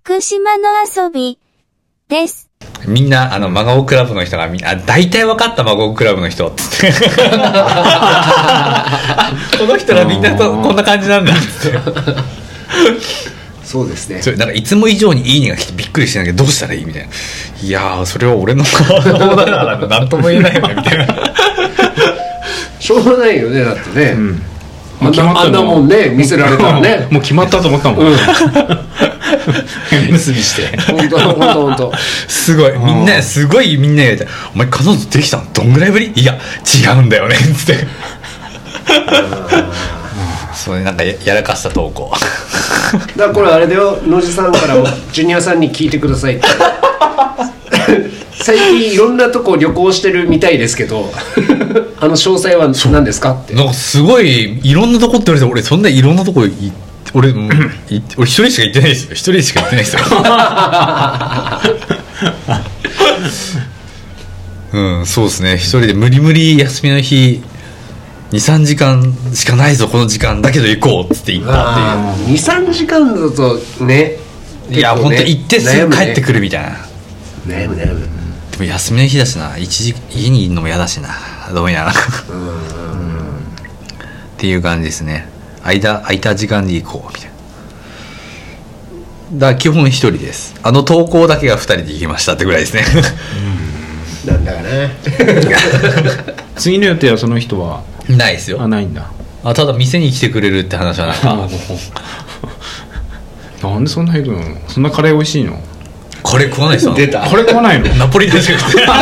福島の遊びです。 みんなマガオクラブの人が大体分かったマガオクラブの人っつってこの人らみんなとこんな感じなんだっつってそうですね。 なんかいつも以上にいいねが来てびっくりしてんだけどどうしたらいいみたいな。いやーそれは俺の方だから何とも言えないよねみたいなしょうがないよねだってね、 もう決まったあんなもんね見せられたらねもう決まったと思ったもん、結びして本当すごいみんなすごいみんな言われてお前彼女できたのどんぐらいぶりいや違うんだよねっつってそういうなんか やらかした投稿だからこれあれだよ野地さんからもジュニアさんに聞いてくださいって最近いろんなとこ旅行してるみたいですけど詳細は何ですかってなんかすごいいろんなとこって言われて俺そんないろんなとこ俺一人しか行ってないですよ。一人しか行ってないですようんそうですね。一人で無理無理休みの日 2,3 時間しかないぞこの時間だけど行こうっつって行ったっていう。 2,3 時間だとねいや本当行ってすぐ帰ってくるみたいな。 悩むでも休みの日だしな家にいるのも嫌だしなどうやらっていう感じですね。空いた時間で行こうみたいな。だから基本一人です。投稿だけが2人で行きましたってぐらいですねなんだかな次の予定はその人はないですよ。 ないんだ。 ただ店に来てくれるって話はなんでそんな人なの。そんなカレー美味しいの。 これ食わないですよ。 出た。これ食わないの。 ナポリタンしか食って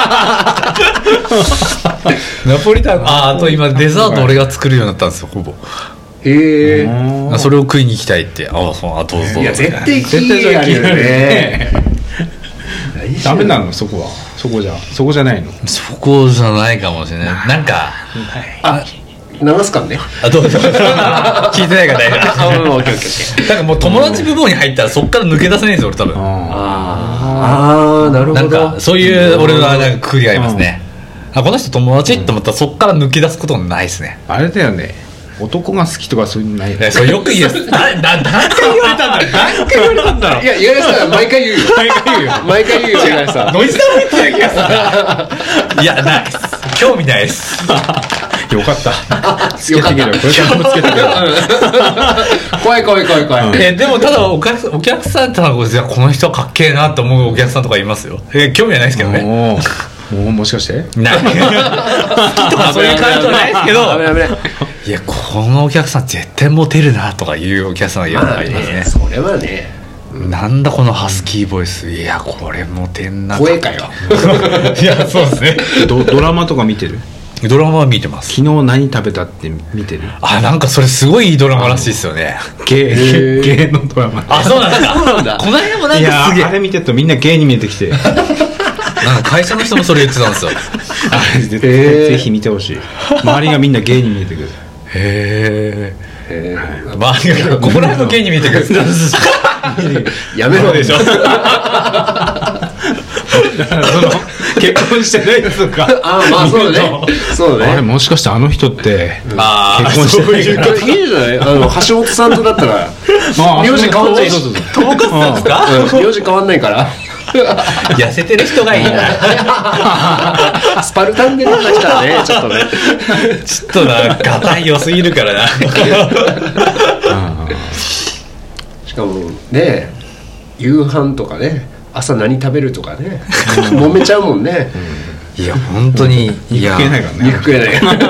ナポリタンあと今デザート俺が作るようになったんですよほぼ。 へえ。 それを食いに行きたいってどうぞどうぞ。 いや絶対気にあるよねダメなのそこは。そこじゃないの。 そこじゃないかもしれない。なんか流すかね。 どうぞ聞いてないから大丈夫。 オッケーなんかもう友達部門に入ったらそっから抜け出せないんですよ俺多分。 なるほど。 なんかそういう俺はなんかくくりがありますね。この人友達って思ったらそっから抜け出すこともないですね。 あれだよね。男が好きとかそういうのない。 それよく言う。何回言われたんだろう。何回言われたんだろう。 いや五十嵐さん毎回言うよ。毎回言うよ。五十嵐さん。 ノイズダウン言ってない気がする。いやないです。興味ないです。 よかった。 よかった。 これからもつけてくれ。 怖い。 でもただお客さんたらこの人はかっけえなと思うお客さんとかいますよ。興味はないですけどね。 もしかしてない。好きとかそういう感じはないですけど。いやこのお客さん絶対モテるなとかいうお客さんがいますね。 それはね。 なんだこのハスキーボイス。いやこれモテんな。 声かよ。 いやそうですね。 ドラマとか見てる？ ドラマは見てます。 昨日何食べたって見てる？ なんかそれすごいいいドラマらしいですよね。 芸のドラマ。 そうなんだ。この辺もなんかすげえ。 あれ見てるとみんな芸に見えてきて。なんか会社の人もそれ言ってたんですよ。 ぜひ見てほしい。周りがみんな芸に見えてくる。 周りがここら辺も芸に見えてくる。 やめろでしょ。 結婚してないとか。 まあそうね。 あれもしかしてあの人って結婚してないから。 いいじゃない。橋本さんとだったら名字変わんないし。 友果さんですか？ 名字変わんないから。 痩せてる人がいいな。 スパルタンでなんか来たらね、ちょっとね。 ちょっとな、ガタイ良すぎるからな。 しかもね、夕飯とかね、朝何食べるとかね、揉めちゃうもんね。 いや本当に肉食えないからね。 肉食えない。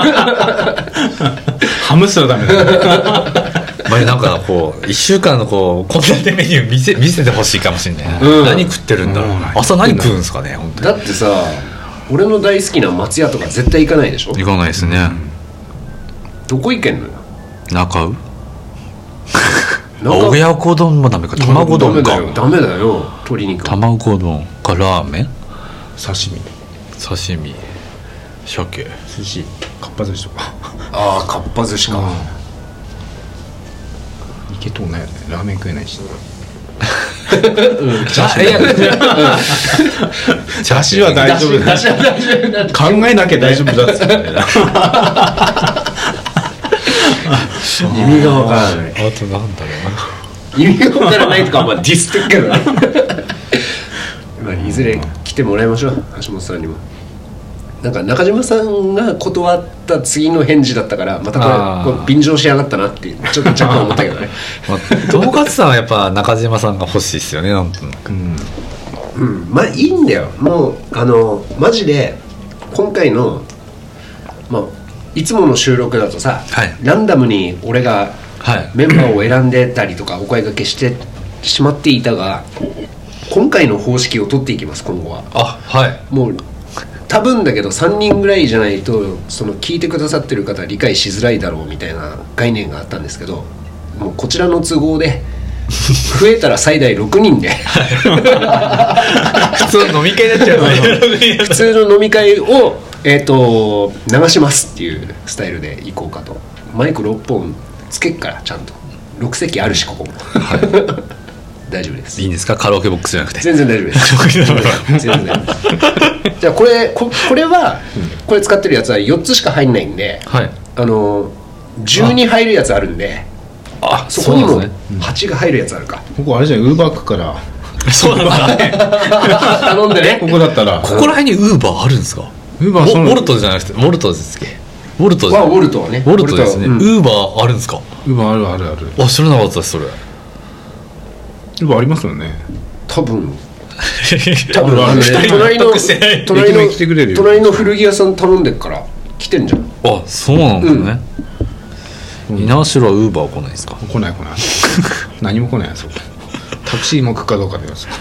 ハムすらダメだ。 なんかこう1週間のこんなメニュー見せてほしいかもしれない。何食ってるんだろう。朝何食うんですかね本当に。 だってさ、俺の大好きな松屋とか絶対行かないでしょ。 行かないですね。 どこ行けんのよ。 中尾。親子丼もダメか。卵丼か。 ダメだよ。鶏肉。 卵丼かラーメン。 刺身鮭寿司かっぱ寿司とか。 かっぱ寿司か。 いけとうないよね。ラーメン食えないし。だしは大丈夫だ。考えなきゃ大丈夫だっつって。 意味がわからない。 あとなんだろうな。 意味がわからないとかまあディスってるけどねまあいずれ来てもらいましょう、橋本さんにも。なんか中島さんが断った次の返事だったから、またこれ便乗しやがったなってちょっと若干思ったけどねまあ、統括さんはやっぱ中島さんが欲しいですよね、なんとなく。 まあいいんだよ。もうマジで今回の、まあ、いつもの収録だとさ、 はい、 ランダムに俺がメンバーを選んでたりとかお声掛けしてしまっていたが、今回の方式を取っていきます今後は。 はい。 もう多分だけど3人ぐらいじゃないとその聞いてくださってる方は理解しづらいだろうみたいな概念があったんですけど、もうこちらの都合で増えたら最大6人で普通の飲み会になっちゃう普通の飲み会を、流しますっていうスタイルでいこうかと。マイク6本つけっからちゃんと6席あるしここも、はい、大丈夫です。 いいんですか、カラオケボックスじゃなくて。 全然大丈夫です全然大丈夫ですじゃあこれは、これ使ってるやつは4つしか入んないんで、 はい、 12入るやつあるんで、そこにも8が入るやつあるか。 ここあれじゃん、ウーバー区からそうなんだね頼んでね。 ここだったらここら辺にウーバーあるんですか。 ウーバーウォルトじゃなくてウォルトですっけ。ウォルトです、 ウォルトはね、 ウォルトですね。ウーバーあるんですか。 ウーバーある。 知らなかったです。それウーバーありますよね。 多分隣の古着屋さん頼んでっから来てんじゃん。 そうなんですね。猪苗代はウーバー来ないですか。 来ない何も来ないですよ。タクシーも来かどうかでます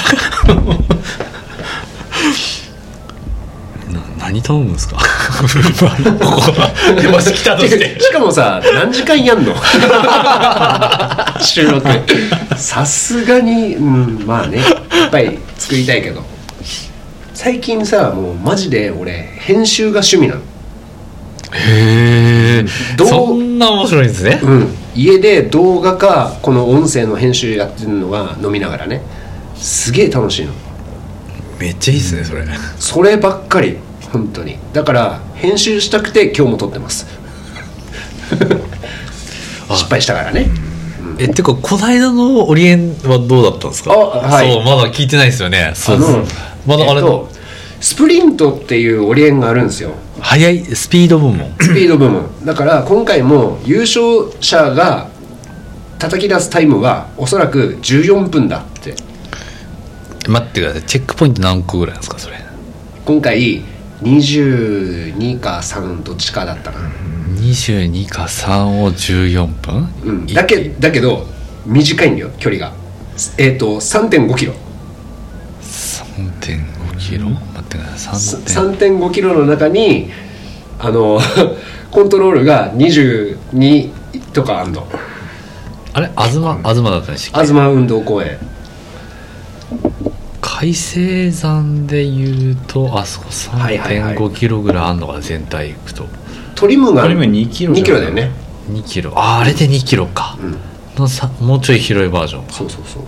何頼むんですかここでも来たとしてしかもさ、何時間やんの収録さすがに、まあね、いっぱい作りたいけど、最近さ、もうマジで俺編集が趣味なの。 へえ、そんな面白いんですね。 家で動画かこの音声の編集やってるのが飲みながらね、すげえ楽しいの。 めっちゃいいですね、 そればっかり本当に。だから編集したくて今日も撮ってます失敗したからね。 てかこの間のオリエンはどうだったんですか。 はい、 そう、まだ聞いてないですよね。まだスプリントっていうオリエンがあるんですよ。 速いスピード部門だから今回も優勝者が叩き出すタイムはおそらく14分だって。 待ってください、チェックポイント何個ぐらいなんですかそれ。 今回22か3どっちかだったかな。 22か3を14分、 だけど短いんだよ距離が。3.5 キロ 3.5キロ、待ってください、 3.5 キロの中にコントロールが22とかあんの。 あれ東だったんでしたっけ。 東運動公園。 海星山でいうとあそこ 3.5 キロぐらいあんのかな、全体いくと。 トリムが 2キロだよね。 2キロ、あれで2キロか、もうちょい広いバージョンか。 そう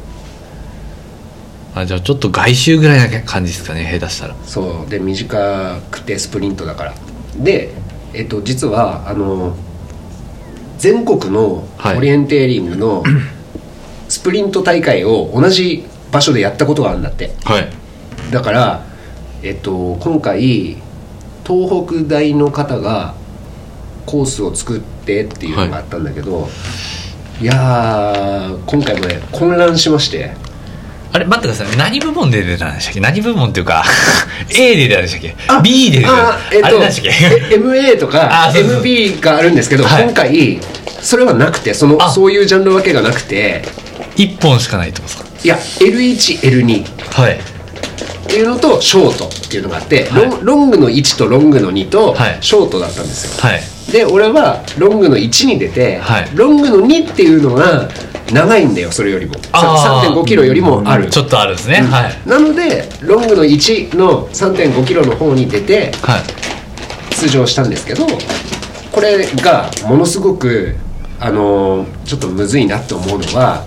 じゃあちょっと外周ぐらいな感じですかね、下手したら。 そうで、短くてスプリントだから。で実は全国のオリエンテーリングのスプリント大会を同じ場所でやったことがあるんだって。だから今回東北大の方がコースを作ってっていうのがあったんだけど、いや今回もね混乱しまして。 あれ待ってください、何部門で出たんでしたっけ。何部門っていうかA で出たんでしたっけ、B で出たあれ何でしたっけ MA とか MB があるんですけど、今回それはなくて、そういうジャンル分けがなくて 1本しかないってことですか。 いや L1、L2 っていうのとショートっていうのがあって、ロングの1とロングの2とショートだったんですよ。で俺はロングの1に出て、ロングの2っていうのが長いんだよ、それよりも 3.5 キロよりもある、 ちょっとあるんですね、 なのでロングの1の 3.5 キロの方に出て出場したんですけど、これがものすごくちょっとむずいなと思うのは、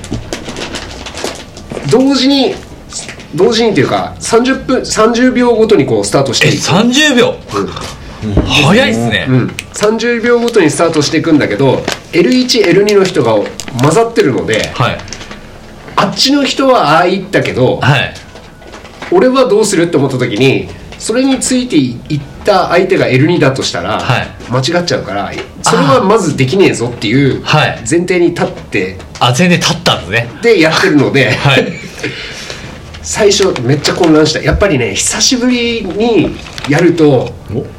同時にっていうか30秒ごとにこうスタートしていく。 30秒、 早いっすね、 30秒ごとにスタートしていくんだけど L1、L2 の人が混ざってるので、 はい、 あっちの人はああ言ったけど、 はい、 俺はどうするって思った時にそれについていった相手が L2 だとしたら、はい、間違っちゃうからそれはまずできねえぞっていう前提に立って、 前提立ったんですねでやってるので、 はい、 最初めっちゃ混乱した。やっぱりね久しぶりにやると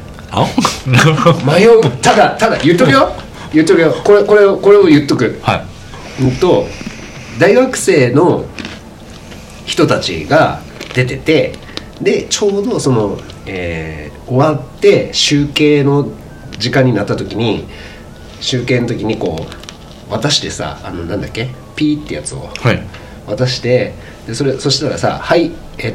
迷う。ただ言っとくよこれを言っとく、はい、大学生の人たちが出ててでちょうどその、終わって集計の時間になった時に集計の時にこう渡してさなんだっけピーってやつを渡して、でそしたらさはい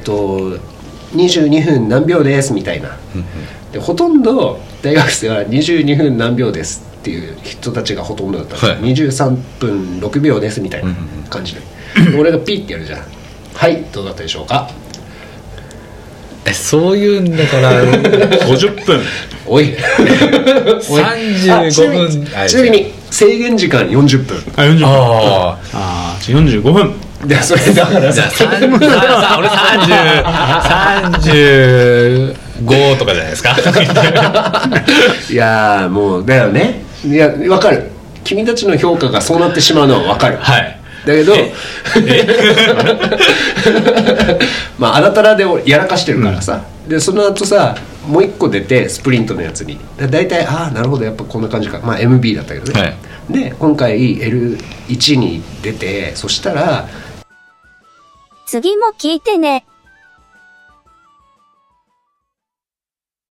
22分何秒ですみたいなでほとんど大学生は22分何秒ですっていう人たちがほとんどだったんです、はい、23分6秒ですみたいな感じで、俺がピーってやるじゃん。はいどうだったでしょうか。 そういうんだから 50分おい 35分ちなみに制限時間40分 40分45分でそれだからさ俺35とかじゃないですかいやもうだよね。いや分かる。君たちの評価がそうなってしまうのは分かる。 はいだけどまああなたらでやらかしてるからさ、でその後さもう一個出てスプリントのやつにだいたいなるほどやっぱこんな感じか、まあ MB だったけどね、はい、で今回 L1 に出てそしたら次も聞いてね。